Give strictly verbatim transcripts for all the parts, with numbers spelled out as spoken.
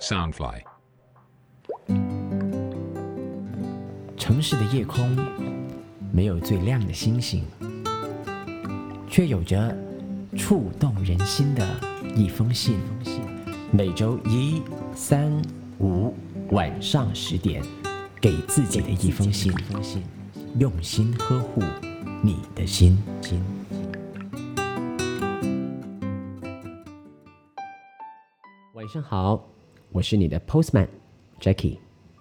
Soundfly。 城市的夜空没有最亮的星星，却有着触动人心的一封信。每周一、三、五晚上十点，给自己的一封信，用心呵护你的心。晚上好，我是你的 Postman Jackie。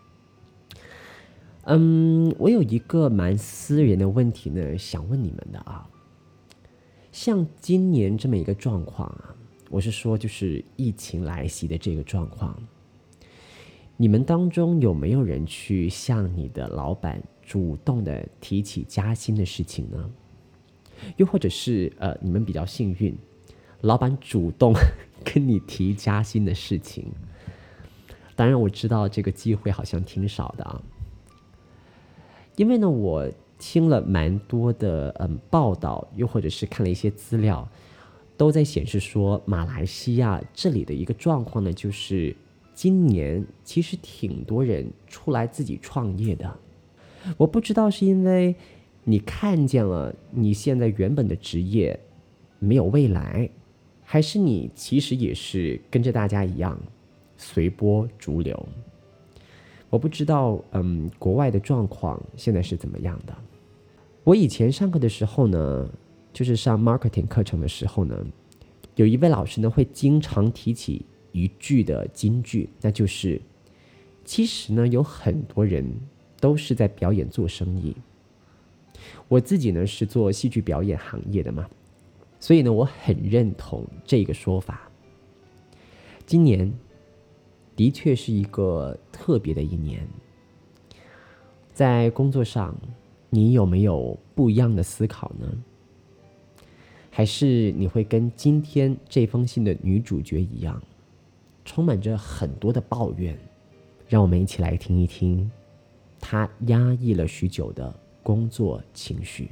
嗯，我有一个蛮私人的问题呢，想问你们的啊。像今年这么一个状况啊，我是说就是疫情来袭的这个状况，你们当中有没有人去向你的老板主动的提起加薪的事情呢？又或者是呃，你们比较幸运，老板主动跟你提加薪的事情。当然我知道这个机会好像挺少的啊，因为呢我听了蛮多的嗯报道，又或者是看了一些资料，都在显示说马来西亚这里的一个状况呢，就是今年其实挺多人出来自己创业的。我不知道是因为你看见了你现在原本的职业没有未来，还是你其实也是跟着大家一样随波逐流。我不知道嗯，国外的状况现在是怎么样的。我以前上课的时候呢，就是上 marketing 课程的时候呢，有一位老师呢会经常提起一句的金句，那就是其实呢有很多人都是在表演做生意。我自己呢是做戏剧表演行业的嘛，所以呢我很认同这个说法。今年的确是一个特别的一年，在工作上你有没有不一样的思考呢？还是你会跟今天这封信的女主角一样，充满着很多的抱怨？让我们一起来听一听她压抑了许久的工作情绪。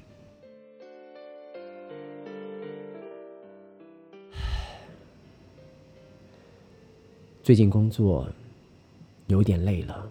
最近工作有点累了，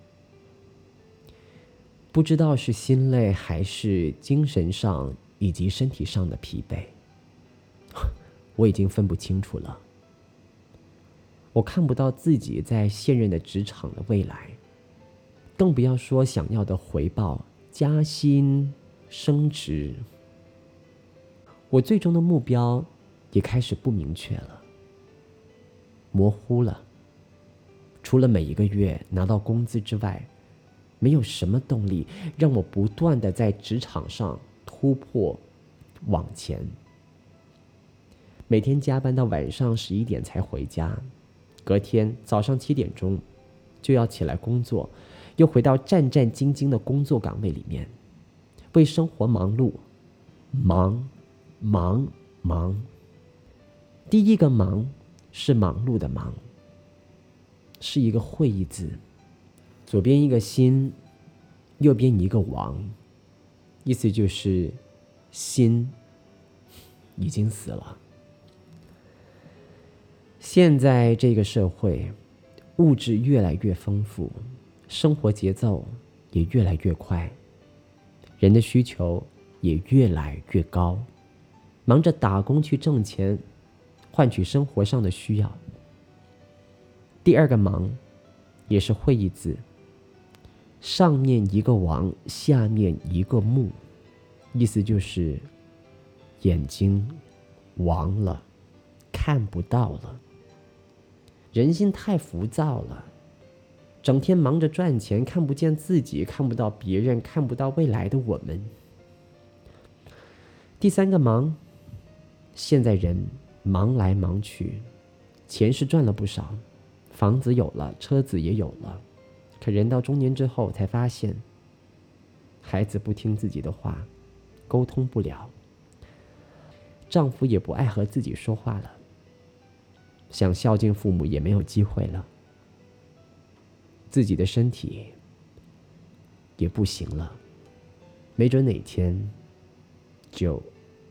不知道是心累还是精神上以及身体上的疲惫，我已经分不清楚了。我看不到自己在现任的职场的未来，更不要说想要的回报、加薪、升职。我最终的目标也开始不明确了，模糊了。除了每一个月拿到工资之外，没有什么动力让我不断的在职场上突破往前。每天加班到晚上十一点才回家，隔天早上七点钟就要起来工作，又回到战战兢兢的工作岗位里面，为生活忙碌，忙忙忙。第一个忙是忙碌的忙，是一个会意字，左边一个心，右边一个王，意思就是心已经死了。现在这个社会，物质越来越丰富，生活节奏也越来越快，人的需求也越来越高，忙着打工去挣钱，换取生活上的需要。第二个忙也是会意字，上面一个王，下面一个目，意思就是眼睛亡了，看不到了。人心太浮躁了，整天忙着赚钱，看不见自己，看不到别人，看不到未来的我们。第三个忙，现在人忙来忙去，钱是赚了不少，房子有了，车子也有了，可人到中年之后才发现，孩子不听自己的话，沟通不了，丈夫也不爱和自己说话了，想孝敬父母也没有机会了，自己的身体也不行了，没准哪天就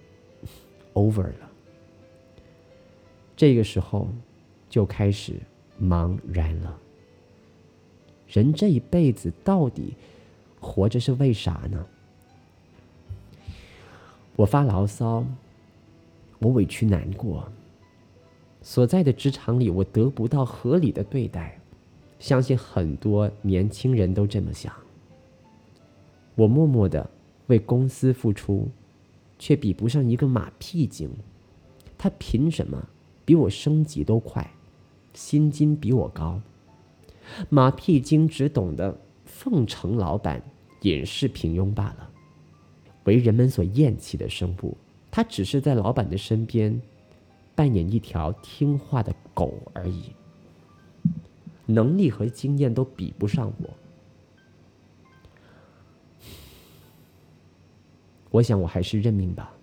over 了。这个时候就开始茫然了。人这一辈子到底活着是为啥呢？我发牢骚，我委屈难过，所在的职场里我得不到合理的对待，相信很多年轻人都这么想。我默默的为公司付出，却比不上一个马屁精，他凭什么比我升级都快，薪金比我高？马屁精只懂得奉承老板，掩饰平庸罢了。为人们所厌弃的生物，他只是在老板的身边扮演一条听话的狗而已，能力和经验都比不上我。我想我还是认命吧。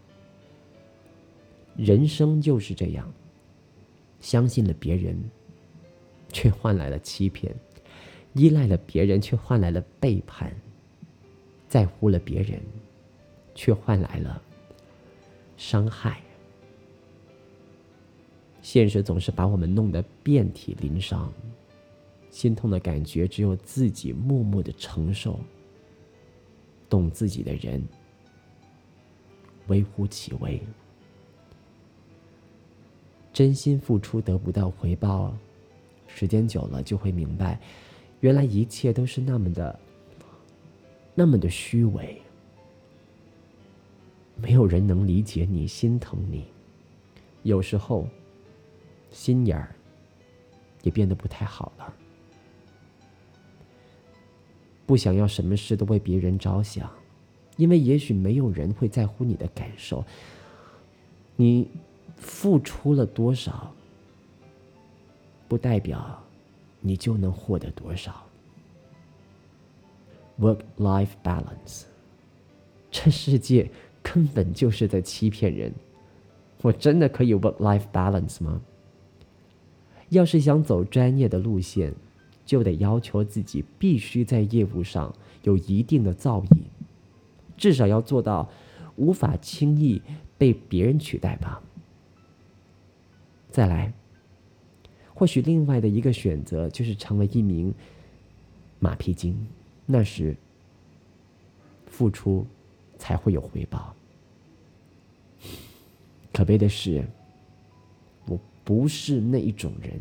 人生就是这样，相信了别人，却换来了欺骗；依赖了别人，却换来了背叛；在乎了别人，却换来了伤害。现实总是把我们弄得遍体鳞伤，心痛的感觉只有自己默默的承受。懂自己的人微乎其微，真心付出得不到回报，时间久了就会明白，原来一切都是那么的那么的虚伪。没有人能理解你，心疼你，有时候心眼儿也变得不太好了。不想要什么事都为别人着想，因为也许没有人会在乎你的感受。你付出了多少，不代表你就能获得多少。 Work-life balance， 这世界根本就是在欺骗人。我真的可以 work-life balance 吗？要是想走专业的路线，就得要求自己必须在业务上有一定的造诣，至少要做到无法轻易被别人取代吧。再来，或许另外的一个选择就是成为一名马屁精，那时付出才会有回报。可悲的是，我不是那一种人。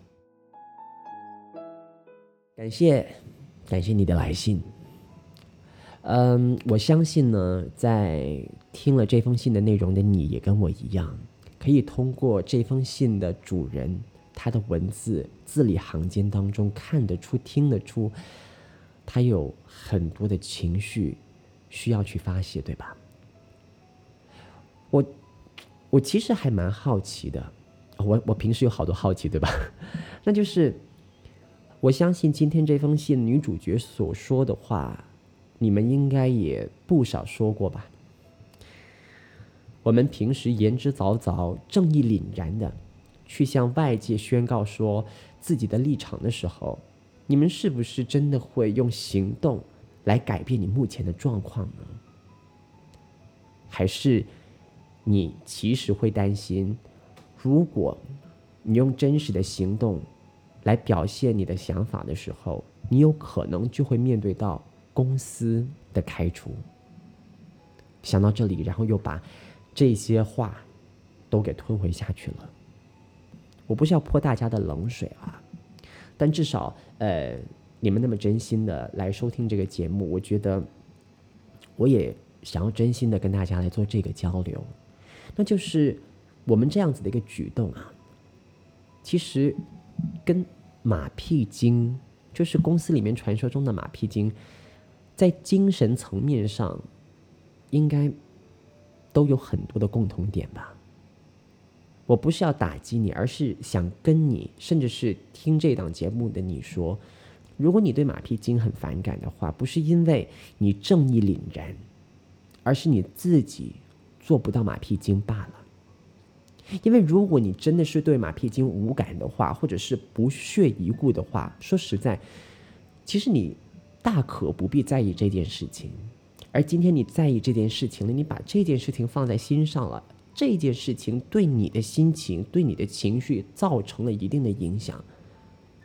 感谢，感谢你的来信。嗯，我相信呢，在听了这封信的内容的你也跟我一样，可以通过这封信的主人他的文字字里行间当中看得出、听得出，他有很多的情绪需要去发泄，对吧？我我其实还蛮好奇的，我我平时有好多好奇，对吧？那就是我相信今天这封信女主角所说的话，你们应该也不少说过吧？我们平时言之凿凿、正义凛然的去向外界宣告说自己的立场的时候，你们是不是真的会用行动来改变你目前的状况呢？还是你其实会担心，如果你用真实的行动来表现你的想法的时候，你有可能就会面对到公司的开除。想到这里，然后又把这些话都给吞回下去了。我不是要泼大家的冷水啊，但至少呃，你们那么真心的来收听这个节目，我觉得我也想要真心的跟大家来做这个交流。那就是我们这样子的一个举动啊，其实跟马屁精，就是公司里面传说中的马屁精，在精神层面上应该都有很多的共同点吧。我不是要打击你，而是想跟你，甚至是听这档节目的你说，如果你对马屁精很反感的话，不是因为你正义凛然，而是你自己做不到马屁精罢了。因为如果你真的是对马屁精无感的话，或者是不屑一顾的话，说实在，其实你大可不必在意这件事情。而今天你在意这件事情了，你把这件事情放在心上了，这件事情对你的心情、对你的情绪造成了一定的影响，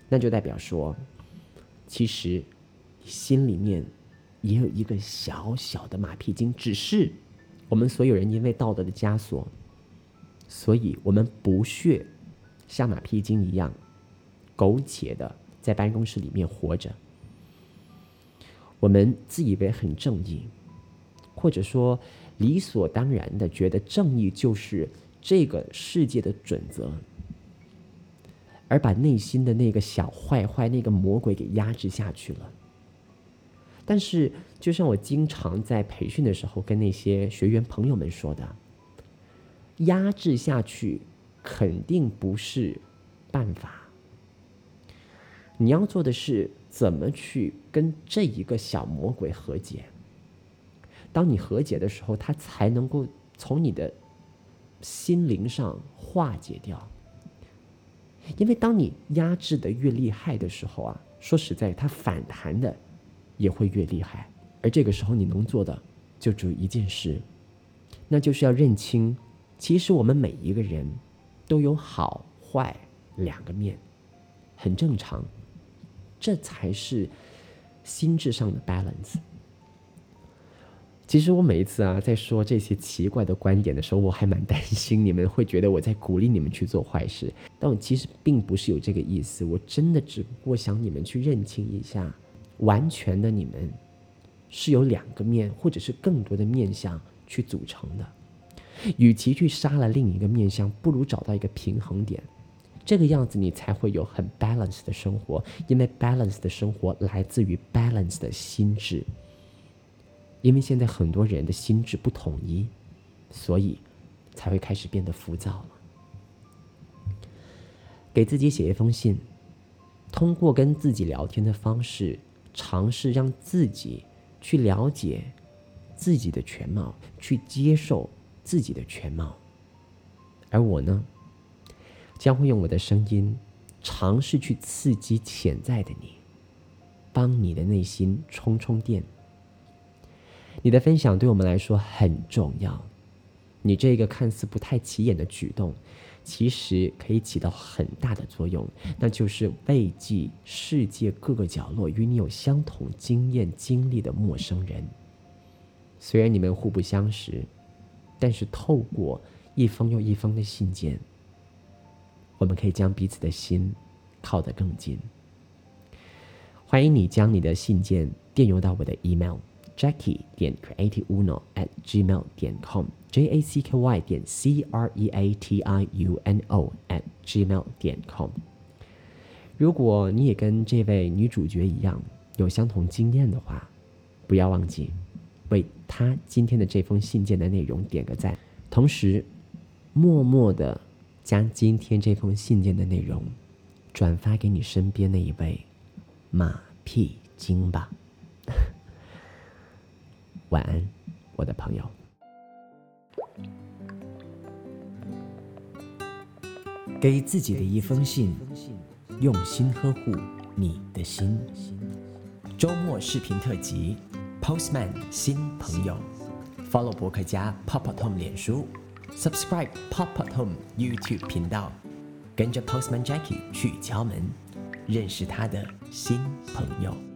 那就代表说，其实你心里面也有一个小小的马屁精，只是我们所有人因为道德的枷锁，所以我们不屑像马屁精一样苟且的在办公室里面活着。我们自以为很正义，或者说理所当然的觉得正义就是这个世界的准则，而把内心的那个小坏坏、那个魔鬼给压制下去了。但是就像我经常在培训的时候跟那些学员朋友们说的，压制下去肯定不是办法。你要做的是怎么去跟这一个小魔鬼和解。当你和解的时候，他才能够从你的心灵上化解掉。因为当你压制的越厉害的时候啊，说实在，它反弹的也会越厉害。而这个时候你能做的就只有一件事，那就是要认清，其实我们每一个人都有好坏两个面，很正常。这才是心智上的 balance。 其实我每一次啊在说这些奇怪的观点的时候，我还蛮担心你们会觉得我在鼓励你们去做坏事，但我其实并不是有这个意思。我真的只不过想你们去认清一下，完全的你们是有两个面或者是更多的面向去组成的。与其去杀了另一个面向，不如找到一个平衡点，这个样子你才会有很 balance 的生活。因为 balance 的生活来自于 balance 的心智。因为现在很多人的心智不统一，所以才会开始变得浮躁了。给自己写一封信，通过跟自己聊天的方式，尝试让自己去了解自己的全貌，去接受自己的全貌。而我呢，将会用我的声音尝试去刺激潜在的你，帮你的内心充充电。你的分享对我们来说很重要，你这个看似不太起眼的举动，其实可以起到很大的作用，那就是慰藉世界各个角落与你有相同经验经历的陌生人。虽然你们互不相识，但是透过一封又一封的信件，我们可以将彼此的心靠得更近。欢迎你将你的信件电邮到我的 email Jackie 点 creatiuno at gmail 点 com J A C K Y 点 C R E A T I U N O at gmail 点 com。 如果你也跟这位女主角一样有相同经验的话，不要忘记为她今天的这封信件的内容点个赞，同时默默的将今天这封信件的内容转发给你身边那一位马屁精吧。晚安，我的朋友。给自己的一封信，用心呵护你的心。周末视频特辑 Postman 新朋友 Follow 博客家 Pop Up Home 脸书 Subscribe Pop Up Home YouTube 频道，跟着 Postman Jackie 去敲门，认识他的新朋友。